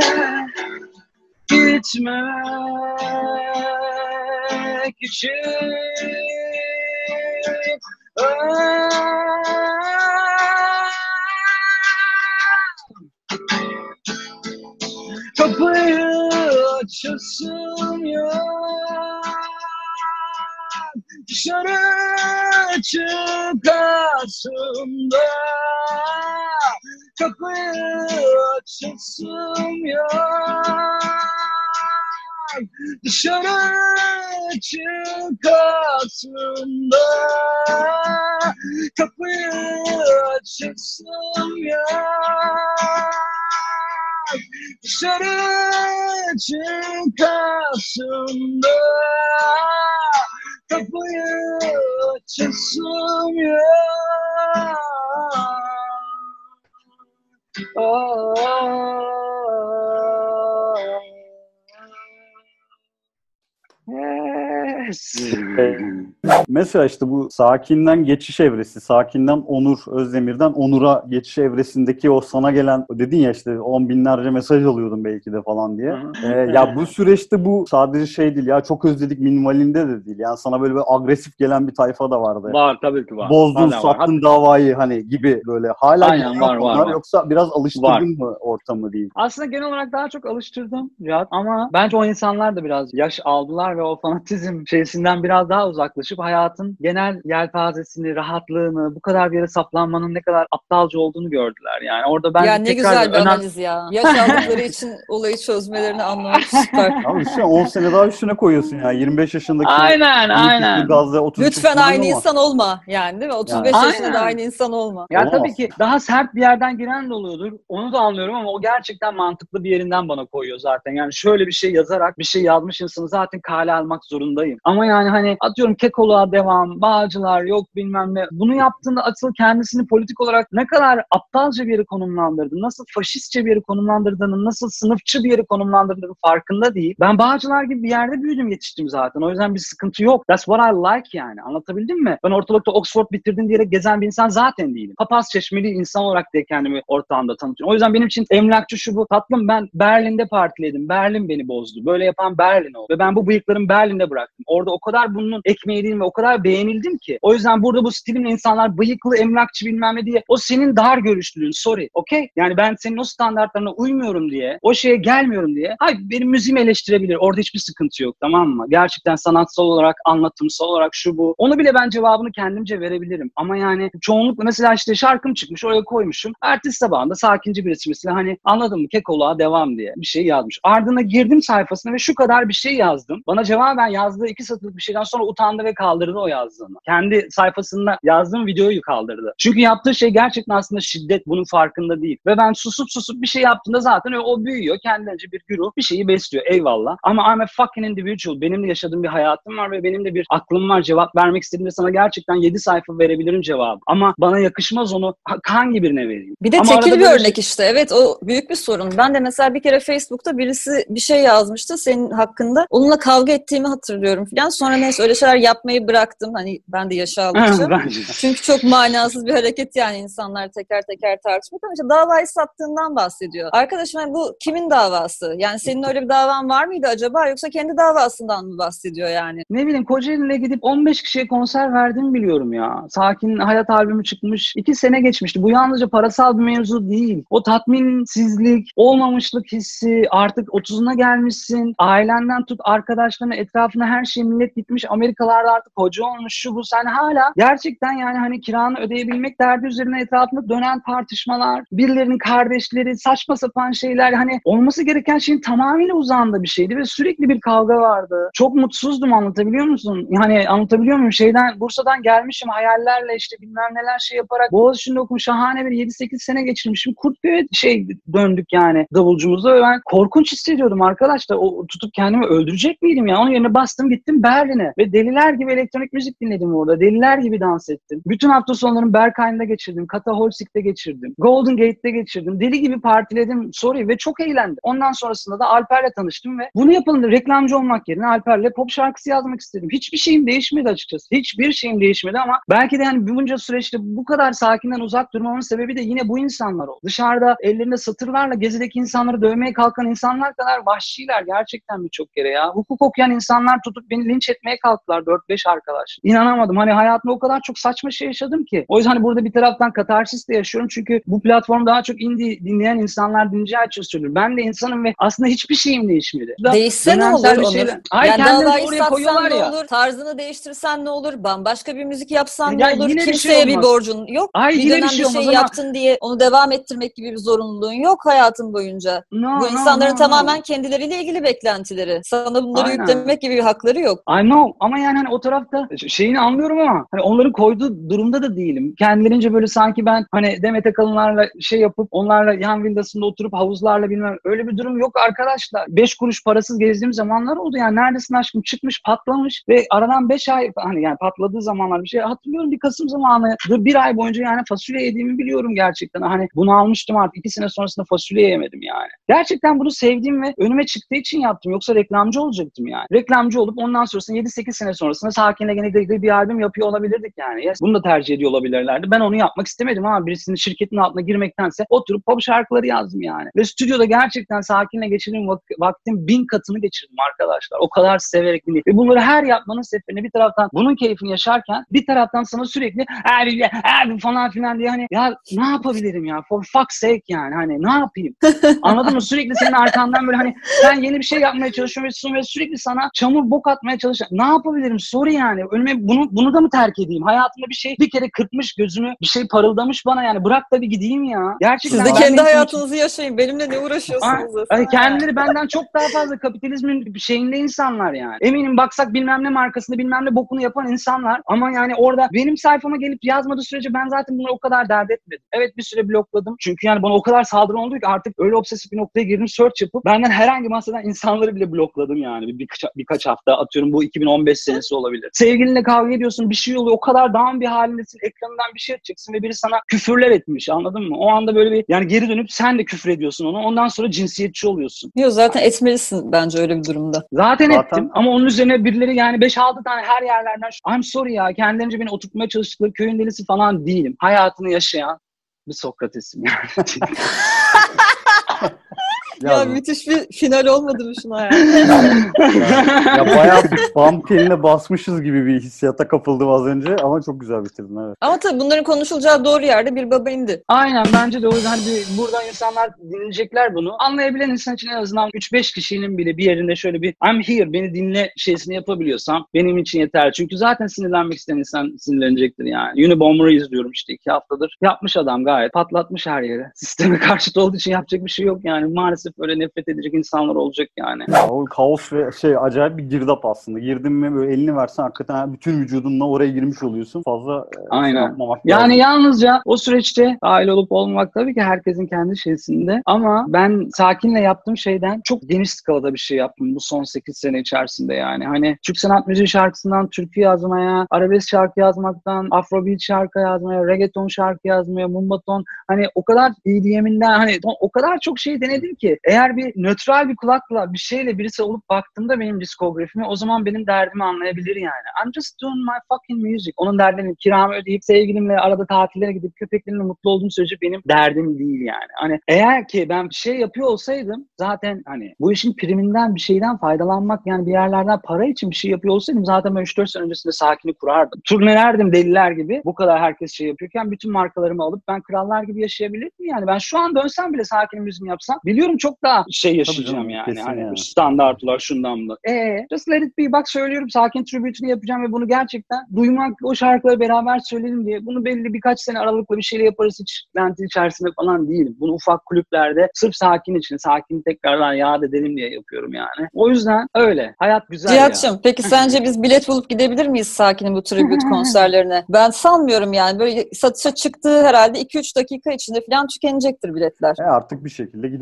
gitmek için. Kapıyı açasım yok, dışarı çıkasım da. Kapıyı açasım yok, dışarı çıkasım da. Kapıyı açasım yok, dışarı çıkasım da. Kapıyı açasım yok. Yes. Mesela işte bu Sakin'den geçiş evresi, Sakin'den Onur Özdemir'den Onur'a geçiş evresindeki o sana gelen, dedin ya işte 10 binlerce mesaj alıyordum belki de falan diye. Ya bu süreçte bu sadece şey değil ya, çok özledik minvalinde de değil. Yani sana böyle agresif gelen bir tayfa da vardı. Var, tabii ki var. Bozdun, sattın davayı hani gibi böyle. Hala aynen, var. Yoksa biraz alıştırdın mı ortamı diyeyim? Aslında genel olarak daha çok alıştırdım Cihat, ama bence o insanlar da biraz yaş aldılar ve o fanatizm şeysinden biraz daha uzaklaşıp hayatın genel yelpazesini, rahatlığını, bu kadar bir yere saplanmanın ne kadar aptalca olduğunu gördüler. Yani orada ben ya ne güzel bir analiz ya. Yaş aldıkları için olayı çözmelerini anlamak süper. Abi şu 10 sene daha üstüne koyuyorsun ya. 25 yaşındaki aynen. Gazze, 30 lütfen aynı insan olma yani, değil mi? 35 yaşında da aynı insan olma. Ya tabii ki daha sert bir yerden giren de oluyordur. Onu da anlıyorum ama o gerçekten mantıklı bir yerinden bana koyuyor zaten. Yani şöyle bir şey yazarak bir şey yazmış insanı zaten kale almak zorundayım. Ama yani hani atıyorum Kekoluğa devam, Bağcılar yok bilmem ne. Bunu yaptığında asıl kendisini politik olarak ne kadar aptalca bir yere konumlandırdı, nasıl faşistçe bir yere konumlandırdığının, nasıl sınıfçı bir yere konumlandırdığının farkında değil. Ben Bağcılar gibi bir yerde büyüdüm, yetiştim zaten. O yüzden bir sıkıntı yok. That's what I like yani. Anlatabildim mi? Ben ortalıkta Oxford bitirdin diyerek gezen bir insan zaten değilim. Papaz çeşmeli insan olarak diye kendimi ortağımda tanıtıyorum. O yüzden benim için emlakçı şu bu. Tatlım, ben Berlin'de partiledim. Berlin beni bozdu. Böyle yapan Berlin oldu. Ve ben bu bıyıklarımı Berlin'de bıraktım. Orada o kadar bunun ekmeği değilim ve o kadar beğenildim ki. O yüzden burada bu stilimle insanlar bıyıklı emlakçı bilmem ne diye, o senin dar görüşlülüğün. Sorry. Okay? Yani ben senin o standartlarına uymuyorum diye, o şeye gelmiyorum diye. Hayır, benim müziğimi eleştirebilir. Orada hiçbir sıkıntı yok, tamam mı? Gerçekten sanatsal olarak, anlatımsal olarak şu bu. Onu bile ben cevabını kendimce verebilirim. Ama yani çoğunlukla mesela işte şarkım çıkmış, oraya koymuşum. Ertesi sabahında sakinci birisi mesela hani anladın mı, Kekoluğa devam diye bir şey yazmış. Ardına girdim sayfasına ve şu kadar bir şey yazdım. Bana cevaben yazdığı 2 satırlık bir şeyden sonra utandı ve kaldırdı o yazdığını. Kendi sayfasında yazdığım videoyu kaldırdı. Çünkü yaptığı şey gerçekten aslında şiddet, bunun farkında değil. Ve ben susup bir şey yaptığımda zaten o büyüyor. Kendince bir güruh bir şeyi besliyor. Eyvallah. Ama I'm a fucking individual. Benim de yaşadığım bir hayatım var ve benim de bir aklım var. Cevap vermek istediğimde sana gerçekten 7 sayfa verebilirim cevabı. Ama bana yakışmaz, onu hangi birine vereyim? Bir de ama tekil bir örnek işte. Evet, o büyük bir sorun. Ben de mesela bir kere Facebook'ta birisi bir şey yazmıştı senin hakkında. Onunla kavga ettiğimi hatırlıyorum falan. Sonra neyse öyle şeyler yapmayı bıraktım. Hani ben de yaşı aldıkça. Çünkü çok manasız bir hareket yani, insanlar teker teker tartışmak. Ama işte davayı sattığından bahsediyor. Arkadaşım yani bu kimin davası? Yani senin öyle bir davan var mıydı acaba? Yoksa kendi davasından mı bahsediyor yani? Ne bileyim, Kocaeli'ne gidip 15 kişiye konser verdiğimi biliyorum ya. Sakin Hayat albümü çıkmış. 2 sene geçmişti. Bu yalnızca parasal bir mevzu değil. O tatminsizlik, olmamışlık hissi, artık 30'una gelmişsin. Ailenden tut arkadaşlarına, etrafına her şey millet gitmiş. Amerikalarda artık hoca olmuş, şu bu. Sen hala gerçekten yani hani kiranı ödeyebilmek derdi üzerine etrafında dönen tartışmalar, birilerinin kardeşleri, saçma sapan şeyler, hani olması gereken şeyin tamamıyla uzağında bir şeydi ve sürekli bir kavga vardı. Çok mutsuzdum, anlatabiliyor musun? Yani anlatabiliyor muyum? Bursa'dan gelmişim hayallerle, işte bilmem neler şey yaparak Boğaziçi'nde okumuş, şahane bir 7-8 sene geçirmişim. Kurtköy'e döndük yani davulcumuzda ve ben korkunç hissediyordum arkadaşlar. O tutup kendimi öldürecek miydim yani. Onun yerine bastım gittim Berlin'e ve deliler gibi elektronik müzik dinledim orada. Deliler gibi dans ettim. Bütün hafta sonlarını Berghain'de geçirdim. Kataholzig'de geçirdim. Golden Gate'de geçirdim. Deli gibi partiledim. Sorry ve çok eğlendim. Ondan sonrasında da Alper'le tanıştım ve bunu yapalım da reklamcı olmak yerine Alper'le pop şarkısı yazmak istedim. Hiçbir şeyim değişmedi açıkçası. Hiçbir şeyim değişmedi ama belki de yani bunca süreçte bu kadar sakinden uzak durmamın sebebi de yine bu insanlar oldu. Dışarıda ellerinde satırlarla gezideki insanları dövmeye kalkan insanlar kadar vahşiler gerçekten birçok kere ya. Hukuk okuyan insanlar tutup beni linç etmeye kalktılar 4-5 arkadaş. İnanamadım. Hani hayatımda o kadar çok saçma şey yaşadım ki. O yüzden hani burada bir taraftan katarsis de yaşıyorum çünkü bu platform daha çok indie dinleyen insanlar dinleyeceği için söylüyorum. Ben de insanım ve aslında hiçbir şeyim değişmedi. Değişse ne olur Onur? Hayır, yani kendileri oraya koyuyorlar ne ya. olur, tarzını değiştirsen ne olur, bambaşka bir müzik yapsan ya ne olur, bir kimseye şey bir borcun yok. Ay, bir dönem bir şey yaptın diye onu devam ettirmek gibi bir zorunluluğun yok hayatın boyunca. Bu insanların tamamen kendileriyle ilgili beklentileri. Sana bunları yüklemek gibi bir hakları yok. I know ama yani hani o tarafta şeyini anlıyorum ama hani onların koyduğu durumda da değilim. Kendilerince böyle sanki ben hani Demet Akalınlarla şey yapıp onlarla yan villasında oturup havuzlarla bilmem öyle bir durum yok arkadaşlar. 5 kuruş parasız gezdiğim zamanlar oldu yani neredesin aşkım çıkmış patlamış ve aradan 5 ay hani yani patladığı zamanlar bir şey hatırlıyorum bir Kasım zamanı bir ay boyunca yani fasulye yediğimi biliyorum gerçekten. Hani bunu almıştım artık 2 sene sonrasında fasulye yemedim yani. Gerçekten bunu sevdiğim ve önüme çıktığı için yaptım yoksa reklamcı olacaktım yani. Reklamcı olup ondan sonrasında 7-8 sene sonrasında Sakin'le gene bir albüm yapıyor olabilirdik yani. Yes, bunu da tercih ediyor olabilirlerdi. Ben onu yapmak istemedim ama birisinin şirketin altına girmektense oturup pop şarkıları yazdım yani. Ve stüdyoda gerçekten Sakin'le geçirdiğim vaktin 1000 katını geçirdim arkadaşlar. O kadar severek dinledim. Ve bunları her yapmanın seferinde bir taraftan bunun keyfini yaşarken bir taraftan sana sürekli abi falan filan diye hani ya ne yapabilirim ya for fuck's sake yani hani ne yapayım? Anladın mı? Sürekli senin arkandan böyle hani sen yeni bir şey yapmaya çalışıyorsun ve sürekli sana çamur bok atmaya çalışıyorsun. Ne yapabilirim? Sorry yani. Önüme bunu da mı terk edeyim? Hayatımda bir kere kırpmış gözümü, bir şey parıldamış bana yani. Bırak da bir gideyim ya. Gerçekten siz de kendi hayatınızı yaşayın. Benimle ne uğraşıyorsunuz? Kendileri benden çok daha fazla kapitalizmin şeyinde insanlar yani. Eminim baksak bilmem ne markasında bilmem ne bokunu yapan insanlar ama yani orada benim sayfama gelip yazmadığı sürece ben zaten bunu o kadar dert etmedim. Evet bir süre blokladım. Çünkü yani bana o kadar saldırı oldu ki artık öyle obsesif bir noktaya girdim search yapıp benden herhangi bahseden insanları bile blokladım yani. Birkaç hafta atıyorum bu 2015 senesi olabilir. Sevgilinle kavga ediyorsun bir şey oluyor o kadar down bir halindesin ekranından bir şey açacaksın ve biri sana küfürler etmiş anladın mı? O anda böyle bir yani geri dönüp sen de küfür ediyorsun ona ondan sonra cinsiyetçi oluyorsun. Yok zaten etmelisin bence öyle bir durumda. Zaten ettim ama onun üzerine birileri yani 5-6 tane her yerlerden I'm sorry ya kendilerince beni oturtmaya çalıştıkları köyün delisi falan değilim. Hayatını yaşayan bir Sokrates'im yani. Ya müthiş bir final olmadı mı şuna ya? Ya bayağı bam teline basmışız gibi bir hissiyata kapıldım az önce ama çok güzel bitirdin evet. Ama tabii bunların konuşulacağı doğru yerde bir baba indi. Aynen bence de o yüzden buradan insanlar dinleyecekler bunu. Anlayabilen insan için en azından 3-5 kişinin bile bir yerinde şöyle bir I'm here beni dinle şeysini yapabiliyorsam benim için yeter. Çünkü zaten sinirlenmek isteyen insan sinirlenecektir yani. Unabomber'ı izliyorum işte 2 haftadır. Yapmış adam gayet patlatmış her yere. Sisteme karşıt olduğu için yapacak bir şey yok yani. Maalesef öyle nefret edecek insanlar olacak yani. Ya, o kaos ve acayip bir girdap aslında. Girdin mi böyle elini versen hakikaten bütün vücudunla oraya girmiş oluyorsun. Fazla yapmamak yani lazım. yalnızca o süreçte dahil olup olmamak tabii ki herkesin kendi şeysinde. Ama ben Sakin'le yaptığım şeyden çok geniş skalada bir şey yaptım bu son 8 sene içerisinde yani. Hani Türk sanat müziği şarkısından türkü yazmaya, arabesk şarkı yazmaktan, afrobeat şarkı yazmaya, reggaeton şarkı yazmaya, mumbaton hani o kadar EDM'inden hani o kadar çok şey denedim ki eğer bir nötral bir kulakla bir şeyle birisi olup baktığımda benim diskografime o zaman benim derdimi anlayabilir yani. I'm just doing my fucking music. Onun derdini kiramı ödeyip sevgilimle arada tatillere gidip köpeklerimle mutlu olduğum sürece benim derdim değil yani. Hani eğer ki ben bir şey yapıyor olsaydım zaten hani bu işin priminden bir şeyden faydalanmak yani bir yerlerden para için bir şey yapıyor olsaydım zaten ben 3-4 sene öncesinde Sakin'i kurardım. Turnelerdim deliler gibi. Bu kadar herkes şey yapıyorken bütün markalarımı alıp ben krallar gibi yaşayabilirdim yani. Ben şu an dönsem bile Sakin'in müziğini yapsam biliyorum çok daha şey yaşayacağım yani. Hani yani. Standartlar şundan da. Just let it be. Bak söylüyorum Sakin tribütünü yapacağım ve bunu gerçekten duymak o şarkıları beraber söyleyelim diye. Bunu belli birkaç sene aralıklı bir şeyle yaparız hiç lenti içerisinde falan değilim. Bunu ufak kulüplerde sırf Sakin için Sakin'i tekrardan yad edelim diye yapıyorum yani. O yüzden öyle. Hayat güzel Cihat'cığım peki sence biz bilet bulup gidebilir miyiz Sakin'in bu tribüt konserlerine? Ben sanmıyorum yani. Böyle satışa çıktığı herhalde 2-3 dakika içinde falan tükenecektir biletler. Artık bir şekilde gideriz herhalde.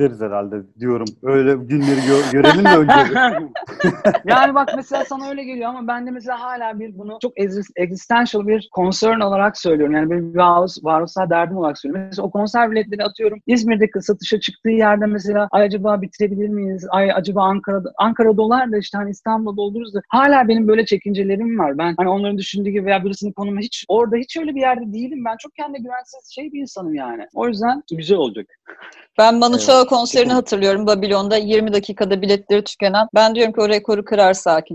herhalde diyorum. Öyle günleri görelim de önce. Yani bak mesela sana öyle geliyor ama ben de mesela hala bunu çok existential bir concern olarak söylüyorum. Yani bir varoluşsal derdim olarak söylüyorum. Mesela o konser biletleri atıyorum. İzmir'deki satışa çıktığı yerde mesela ay acaba bitirebilir miyiz? Ay acaba Ankara dolar da işte hani İstanbul'da doldururuz da hala benim böyle çekincelerim var. Ben hani onların düşündüğü gibi veya birisinin konumu hiç öyle bir yerde değilim. Ben çok kendine güvensiz bir insanım yani. O yüzden güzel olacak. Ben Manu Chao konserini hatırlıyorum. Babilon'da 20 dakikada biletleri tükenen. Ben diyorum ki o rekoru kırar Sakin.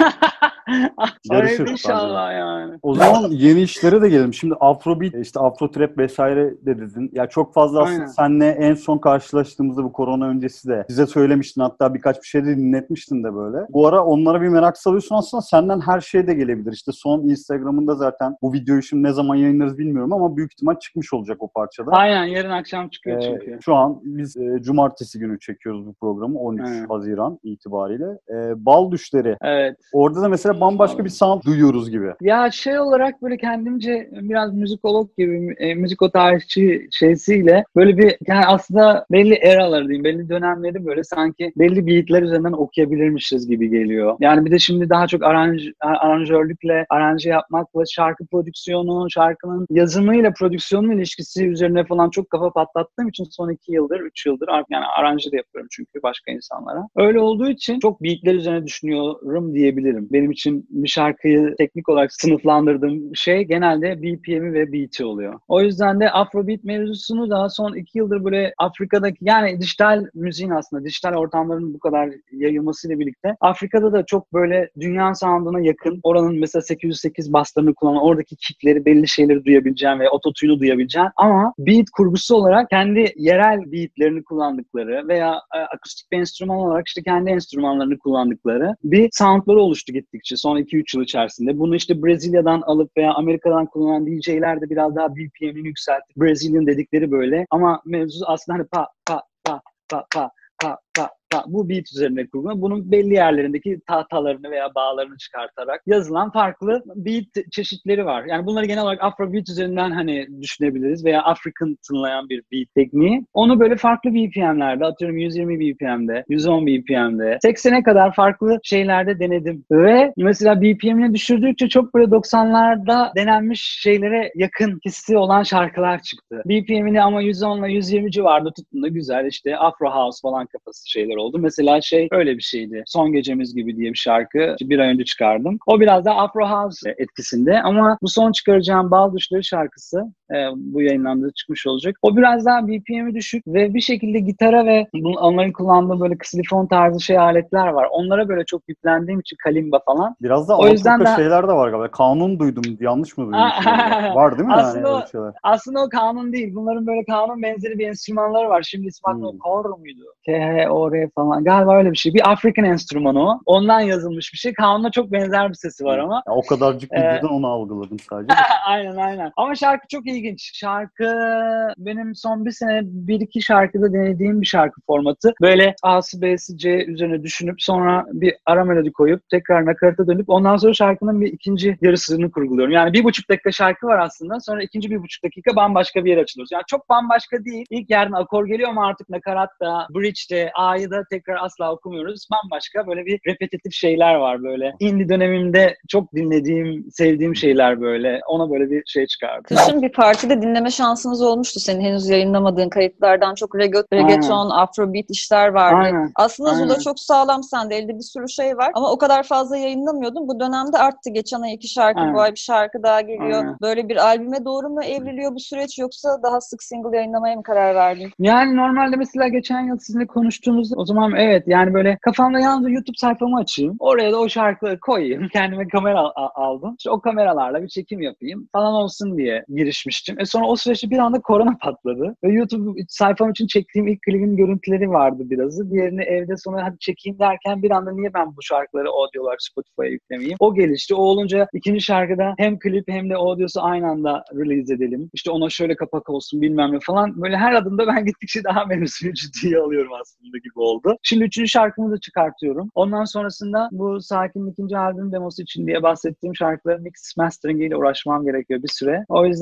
Yarışır inşallah yani. O zaman yeni işlere de gelelim. Şimdi Afrobeat, işte Afro Trap vesaire de dedin. Ya çok fazla aslında seninle en son karşılaştığımızda bu korona öncesi de size söylemiştin. Hatta birkaç bir şey de dinletmiştin de böyle. Bu ara onlara bir merak salıyorsun aslında. Senden her şey de gelebilir. İşte son Instagram'ında zaten bu videoyu şimdi ne zaman yayınlarız bilmiyorum ama büyük ihtimal çıkmış olacak o parçada. Aynen yarın akşam çıkıyor çünkü. Şu an biz cumartesi günü çekiyoruz bu programı. 13 Haziran itibariyle. Bal Düşleri. Evet. Orada da mesela bambaşka bir sound duyuyoruz gibi. Ya olarak böyle kendimce biraz müzikolog gibi, müzikotarihçi şeysiyle böyle bir yani aslında belli eraları diyeyim, belli dönemleri böyle sanki belli beatler üzerinden okuyabilirmişiz gibi geliyor. Yani bir de şimdi daha çok aranjörlükle, aranje yapmakla, şarkı prodüksiyonu, şarkının yazımıyla, prodüksiyonun ilişkisi üzerine falan çok kafa patlattığım için son 2 yıldır, 3 yıldır yani aranje de yapıyorum çünkü başka insanlara. Öyle olduğu için çok beatler üzerine düşünüyorum diyebilirim. Benim için bir şarkıyı teknik olarak sınıflandırdığım şey genelde BPM'i ve beat'i oluyor. O yüzden de Afrobeat mevzusunu daha son 2 yıldır böyle Afrika'daki yani dijital müziğin aslında dijital ortamların bu kadar yayılmasıyla birlikte Afrika'da da çok böyle dünya sound'una yakın oranın mesela 808 basslarını kullanan oradaki kickleri belli şeyleri duyabileceğim ve ototune'u duyabileceğim ama beat kurgusu olarak kendi yerel beatlerini kullandıkları veya akustik bir enstrüman olarak işte kendi enstrümanlarını kullandıkları bir soundları oluştu gittikçe son 2-3 yıl içerisinde. Bunu işte Brezilya'dan alıp veya Amerika'dan kullanan DJ'ler de biraz daha BPM'ini yükseltip Brazilian dedikleri böyle ama mevzu aslında hani pa pa pa pa pa pa pa bu beat üzerine kurulu. Bunun belli yerlerindeki tahtalarını veya bağlarını çıkartarak yazılan farklı beat çeşitleri var. Yani bunları genel olarak Afrobeat üzerinden hani düşünebiliriz veya African tınlayan bir beat tekniği. Onu böyle farklı BPM'lerde atıyorum 120 BPM'de, 110 BPM'de, 80'e kadar farklı şeylerde denedim. Ve mesela BPM'ini düşürdükçe çok böyle 90'larda denenmiş şeylere yakın hissi olan şarkılar çıktı. BPM'ini ama 110 ile 120 civarında tuttuğunda güzel işte Afro House falan kafası şeyler oldu. Mesela öyle bir şeydi. Son Gecemiz Gibi diye bir şarkı bir ay önce çıkardım. O biraz da Afro House etkisinde ama bu son çıkaracağım Bal Düşleri şarkısı bu yayınlandığı çıkmış olacak. O biraz daha BPM'i düşük ve bir şekilde gitara ve onların kullandığı böyle ksilifon tarzı aletler var. Onlara böyle çok yüklendiğim için kalimba falan. Biraz da Alaturka şeyler de var galiba. Kanun duydum. Yanlış mı duydum? Var değil mi? Aslında o kanun değil. Bunların böyle kanun benzeri bir enstrümanları var. Şimdi ismi aklıma Kor muydu? K-H-O-R falan. Galiba öyle bir şey. Bir African enstrümanı o. Ondan yazılmış bir şey. Kanun'a çok benzer bir sesi var ama. Ya, o kadarcık videodan onu algıladım sadece. Aynen. Ama şarkı çok ilginç. Şarkı benim son bir sene 1-2 şarkıda denediğim bir şarkı formatı. Böyle A'sı B'si C üzerine düşünüp sonra bir ara melodi koyup tekrar nakarata dönüp ondan sonra şarkının bir ikinci yarısını kurguluyorum. Yani 1,5 dakika şarkı var aslında. Sonra ikinci 1,5 dakika bambaşka bir yer açılıyoruz. Yani çok bambaşka değil. İlk yerden akor geliyor ama artık nakaratta, bridge'de, A'yı da tekrar asla okumuyoruz. Bambaşka böyle bir repetitif şeyler var böyle. Indie dönemimde çok dinlediğim, sevdiğim şeyler böyle. Ona böyle bir şey çıkardım. Kışın bir partide dinleme şansınız olmuştu. Senin henüz yayınlamadığın kayıtlardan çok reggaeton, afrobeat işler vardı. Aynen. Aslında Zula çok sağlam sende. Elde bir sürü şey var. Ama o kadar fazla yayınlamıyordun. Bu dönemde arttı. Geçen ay 2 şarkı, bu ay bir şarkı daha geliyor. Böyle bir albüme doğru mu evriliyor bu süreç yoksa daha sık single yayınlamaya mı karar verdin? Yani normalde mesela geçen yıl sizinle konuştuğumuzda o zaman evet yani böyle kafamda yalnız YouTube sayfamı açayım. Oraya da o şarkıları koyayım. Kendime kamera aldım. İşte o kameralarla bir çekim yapayım falan olsun diye girişmiştim. Sonra o süreçte bir anda korona patladı. Ve YouTube sayfam için çektiğim ilk klibin görüntüleri vardı birazı. Diğerini evde sonra hadi çekeyim derken bir anda niye ben bu şarkıları audio olarak Spotify'a yüklemeyeyim? O gelişti. O olunca ikinci şarkıda hem klip hem de audiosu aynı anda release edelim. İşte ona şöyle kapak olsun bilmem ne falan. Böyle her adımda ben gittikçe daha mevzuyu ciddiye alıyorum aslında gibi oldu. Şimdi 3. şarkımı da çıkartıyorum. Ondan sonrasında bu Sakin'in 2. albüm demosu için diye bahsettiğim şarkıların mix mastering ile uğraşmam gerekiyor bir süre. O yüzden Temmuz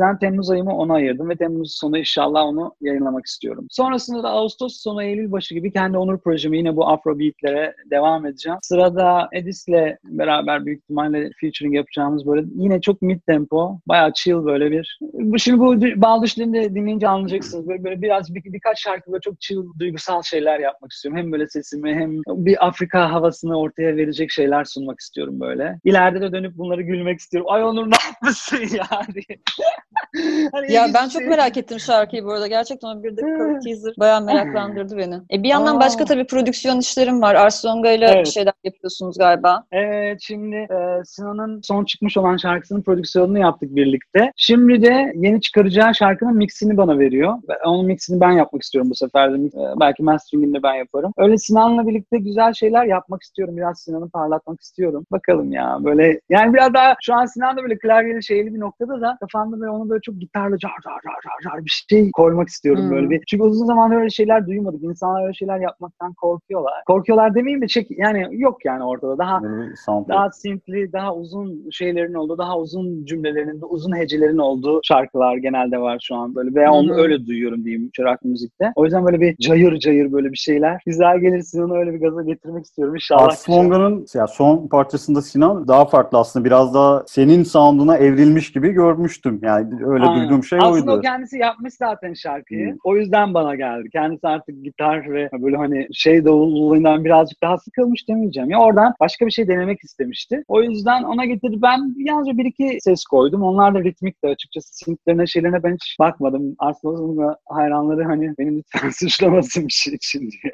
Temmuz ayımı ona ayırdım ve Temmuz sonu inşallah onu yayınlamak istiyorum. Sonrasında da Ağustos sonu Eylül başı gibi kendi onur projemi yine bu Afrobeat'lere devam edeceğim. Sırada Edis'le beraber büyük ihtimalle featuring yapacağımız böyle yine çok mid tempo, bayağı chill böyle bir. Şimdi bu Bal Düşlerinde dinleyince anlayacaksınız. Böyle biraz birkaç şarkı böyle çok chill, duygusal şeyler yapmak istiyorum. Hem böyle sesimi hem bir Afrika havasını ortaya verecek şeyler sunmak istiyorum böyle. İleride de dönüp bunları gülmek istiyorum. Ay Onur ne yapmışsın ya diye. Hani ya ben çok merak ettim şarkıyı bu arada. Gerçekten o bir dakikalık teaser bayağı meraklandırdı beni. Bir yandan başka tabii prodüksiyon işlerim var. Ars Longa ile şeyler yapıyorsunuz galiba. Evet, şimdi Sinan'ın son çıkmış olan şarkısının prodüksiyonunu yaptık birlikte. Şimdi de yeni çıkaracağı şarkının mixini bana veriyor. Onun mixini ben yapmak istiyorum bu sefer de. Belki masteringini de ben yaparım. Öyle Sinan'la birlikte güzel şeyler yapmak istiyorum. Biraz Sinan'ı parlatmak istiyorum. Bakalım ya böyle. Yani biraz daha şu an Sinan da böyle klavyeli şeyli bir noktada da kafamda böyle onu böyle çok gitarla car bir şey koymak istiyorum böyle bir. Çünkü uzun zamandır öyle şeyler duymadık. İnsanlar öyle şeyler yapmaktan korkuyorlar. Korkuyorlar demeyeyim de yani yok yani ortada. Daha simpli, daha uzun şeylerin olduğu, daha uzun cümlelerin, uzun hecelerin olduğu şarkılar genelde var şu an böyle. Veya onu öyle duyuyorum diyeyim rock müzikte. O yüzden böyle bir cayır böyle bir şeyler. Güzel gelir, Sinan'ı öyle bir gaza getirmek istiyorum inşallah. Ars Longa'nın son parçasında Sinan daha farklı aslında. Biraz daha senin sound'una evrilmiş gibi görmüştüm. Yani öyle duyduğum şey oydu. Aslında o kendisi yapmış zaten şarkıyı. O yüzden bana geldi. Kendisi artık gitar ve böyle hani davulundan birazcık daha sıkılmış demeyeceğim. Ya oradan başka bir şey denemek istemişti. O yüzden ona getirdi. Ben yalnızca bir iki ses koydum. Onlar da ritmikti açıkçası. Synth'lerine şeylerine ben hiç bakmadım. Ars Longa hayranları hani beni lütfen suçlamasın bir şey için diye.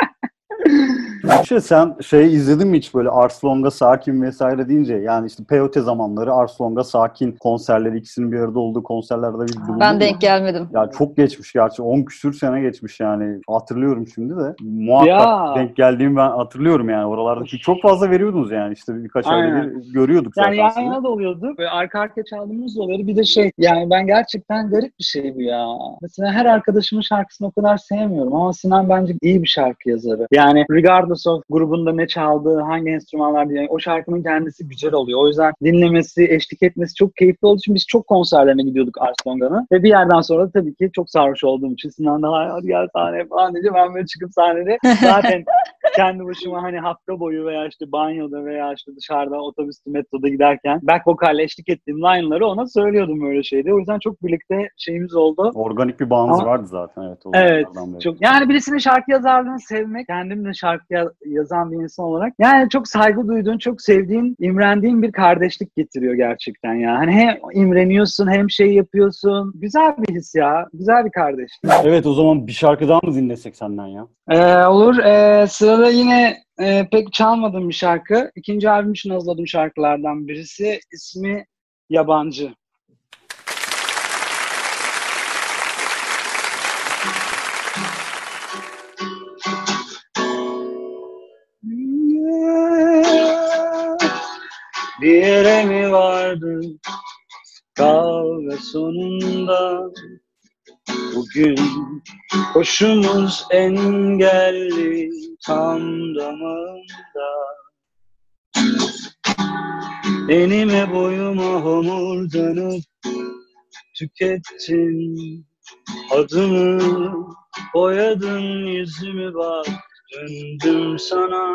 Sen izledin mi hiç böyle Ars Longa Sakin vesaire deyince? Yani işte Peyote zamanları Ars Longa Sakin konserleri, ikisinin bir arada olduğu konserlerde bir bulundum. Ben denk gelmedim. Ya çok geçmiş gerçi. 10 küsür sene geçmiş yani. Hatırlıyorum şimdi de. Muhakkak denk geldiğimi ben hatırlıyorum yani. Oralardaki çok fazla veriyordunuz yani. İşte birkaç ayda bir görüyorduk zaten. Yani yan yana da oluyordu. Böyle arka arkaya çaldığımız da oluyordu. Bir de yani ben gerçekten garip bir şey bu ya. Mesela her arkadaşımın şarkısını o kadar sevmiyorum ama Sinan bence iyi bir şarkı yazarı. Yani regardless of grubunda ne çaldığı, hangi enstrümanlar diye o şarkının kendisi güzel oluyor. O yüzden dinlemesi, eşlik etmesi çok keyifli olduğu için biz çok konserlerine gidiyorduk Ars Longa'nın. Ve bir yerden sonra da tabii ki çok sarhoş olduğum için Sinan da hadi gel sahneye falan deyince ben böyle çıkıp sahnede zaten kendi başıma hani hafta boyu veya işte banyoda veya işte dışarıda otobüste, metroda giderken back vokalle eşlik ettiğim line'ları ona söylüyordum böyle şeyde. O yüzden çok birlikte şeyimiz oldu. Organik bir bağınız vardı zaten. Evet. Çok, yani birisinin şarkı yazarlığını sevmek, kendim de şarkı yazan bir insan olarak yani çok saygı duyduğun, çok sevdiğin, imrendiğin bir kardeşlik getiriyor gerçekten ya. Hani hem imreniyorsun hem yapıyorsun. Güzel bir his ya. Güzel bir kardeşlik. Evet, o zaman bir şarkı daha mı dinlesek senden ya? Olur. Sırada yine pek çalmadığım bir şarkı. İkinci albüm için hazırladığım şarkılardan birisi. İsmi Yabancı. Bir yere mi vardın kavga sonunda? Bugün koşumuz engelli tam damında. Enime boyuma homurdanıp tükettin adımı, boyadın yüzümü, bak döndüm sana.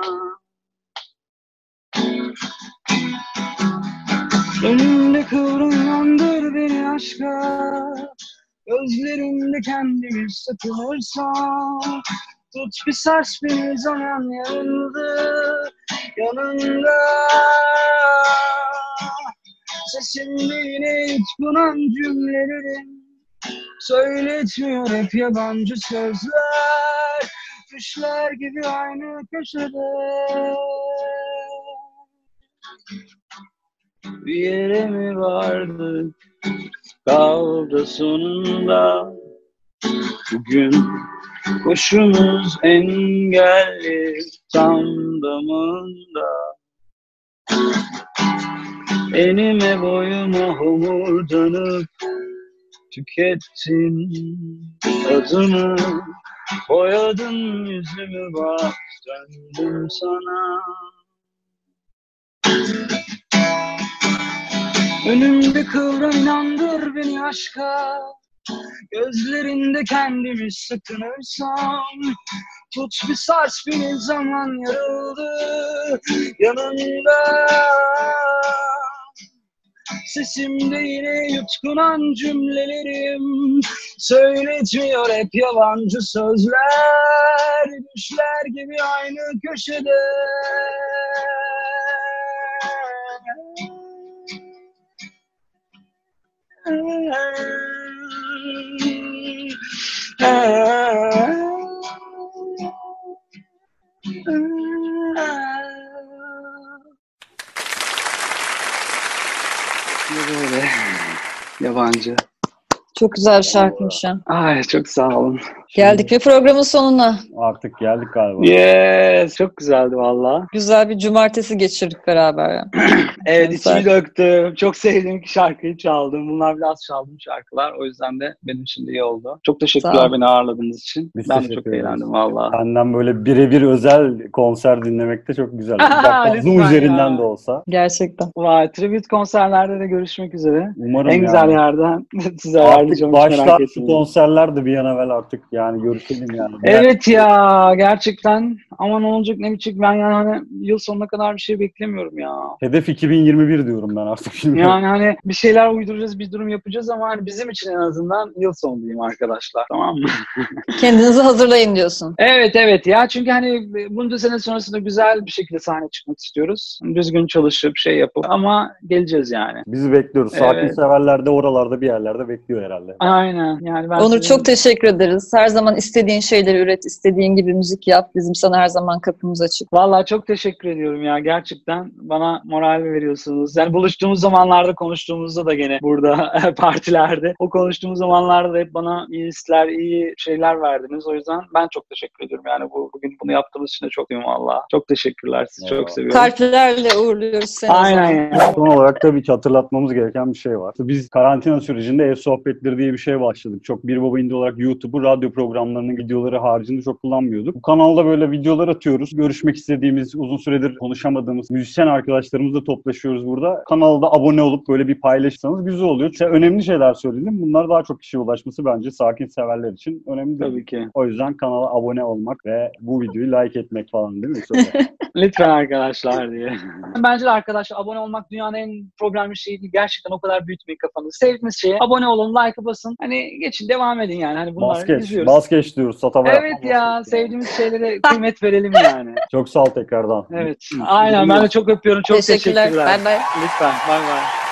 Önümde kıvrımlandır beni aşka, gözlerimde kendimi sakınırsam, tut bir sars beni zaman yanında. Sesimde yine hiç bulan cümlelerim, söyletmiyor hep yabancı sözler, düşler gibi aynı köşede. Bir yere mi vardık kavga sonunda? Bugün koşumuz engelli tam damında. Enime boyuma homurdanıp tükettin adımı, boyadın yüzümü, bak döndüm sana. Önümde kıvran inandır beni aşka. Gözlerinde kendimi sakınırsam. Tut bir sars beni zaman yarıldı yanında. Sesimde yine yutkunan cümlelerim. Söyletmiyor hep yabancı sözler. Düşler gibi aynı köşede. Böyle yabancı. Çok güzel bir şarkıymış ya. Ay çok sağ olun. Geldik ve programın sonuna. Artık geldik galiba. Yes, çok güzeldi valla. Güzel bir cumartesi geçirdik beraber ya. Evet, içimi döktüm. Çok sevdiğim şarkıyı çaldım. Bunlar biraz çaldığım şarkılar. O yüzden de benim için de iyi oldu. Çok teşekkürler beni ağırladığınız için. Biz ben de çok eğlendim valla. Senden böyle birebir özel konser dinlemek de çok güzel. Zoom üzerinden ya de olsa. Gerçekten. Vay, tribute konserlerde de görüşmek üzere. Umarım en güzel yerden size artık başlar şu konserler de bir an evvel artık yani görüşelim yani. Evet ya gerçekten ama ne olacak ne bitecek ben yani hani yıl sonuna kadar bir şey beklemiyorum ya. Hedef 2021 diyorum ben artık. Yani hani bir şeyler uyduracağız, bir durum yapacağız ama hani bizim için en azından yıl sonu diyeyim arkadaşlar, tamam mı? Kendinizi hazırlayın diyorsun. Evet ya çünkü hani bunca sene sonrasında güzel bir şekilde sahne çıkmak istiyoruz. Düzgün çalışıp şey yapıp ama geleceğiz yani. Bizi bekliyoruz. Sakin severler de oralarda bir yerlerde bekliyor herhalde. Aynen. Yani ben Onur çok teşekkür ederiz. Her zaman istediğin şeyleri üret, istediğin gibi müzik yap. Bizim sana her zaman kapımız açık. Vallahi çok teşekkür ediyorum ya. Gerçekten bana moral veriyorsunuz. Yani buluştuğumuz zamanlarda, konuştuğumuzda da gene burada partilerde o konuştuğumuz zamanlarda da hep bana iyi hisler, iyi şeyler verdiniz. O yüzden ben çok teşekkür ediyorum. Yani bugün bunu yaptığımız için de çok mutluyum valla. Çok teşekkürler. Sizi çok seviyorum. Kalplerle uğurluyoruz seni. Aynen yani. Son olarak tabii ki hatırlatmamız gereken bir şey var. Biz karantina sürecinde ev sohbetleri diye bir şey başladık. Çok Bir Baba İndi olarak YouTube'u radyo programlarının videoları haricinde çok kullanmıyorduk. Bu kanalda böyle videolar atıyoruz. Görüşmek istediğimiz, uzun süredir konuşamadığımız müzisyen arkadaşlarımızla toplaşıyoruz burada. Kanalda abone olup böyle bir paylaşırsanız güzel oluyor. İşte önemli şeyler söyledim. Bunlar daha çok kişiye ulaşması bence sakin severler için önemli. Tabii ki. O yüzden kanala abone olmak ve bu videoyu like etmek falan değil mi? Lütfen arkadaşlar diye. Bence de arkadaşlar abone olmak dünyanın en problemli şeyi değil. Gerçekten o kadar büyütmeyin kafanızı. Sevdiğiniz şeye abone olun, like'ı basın. Hani geçin, devam edin yani. Hani bunları izliyoruz. Baskeç diyoruz. Evet ya, sevdiğimiz şeylere kıymet verelim yani. Çok sağ ol tekrardan. Evet. Aynen, ben de çok öpüyorum. Çok teşekkürler. Bye bye. Lütfen. Bye bye.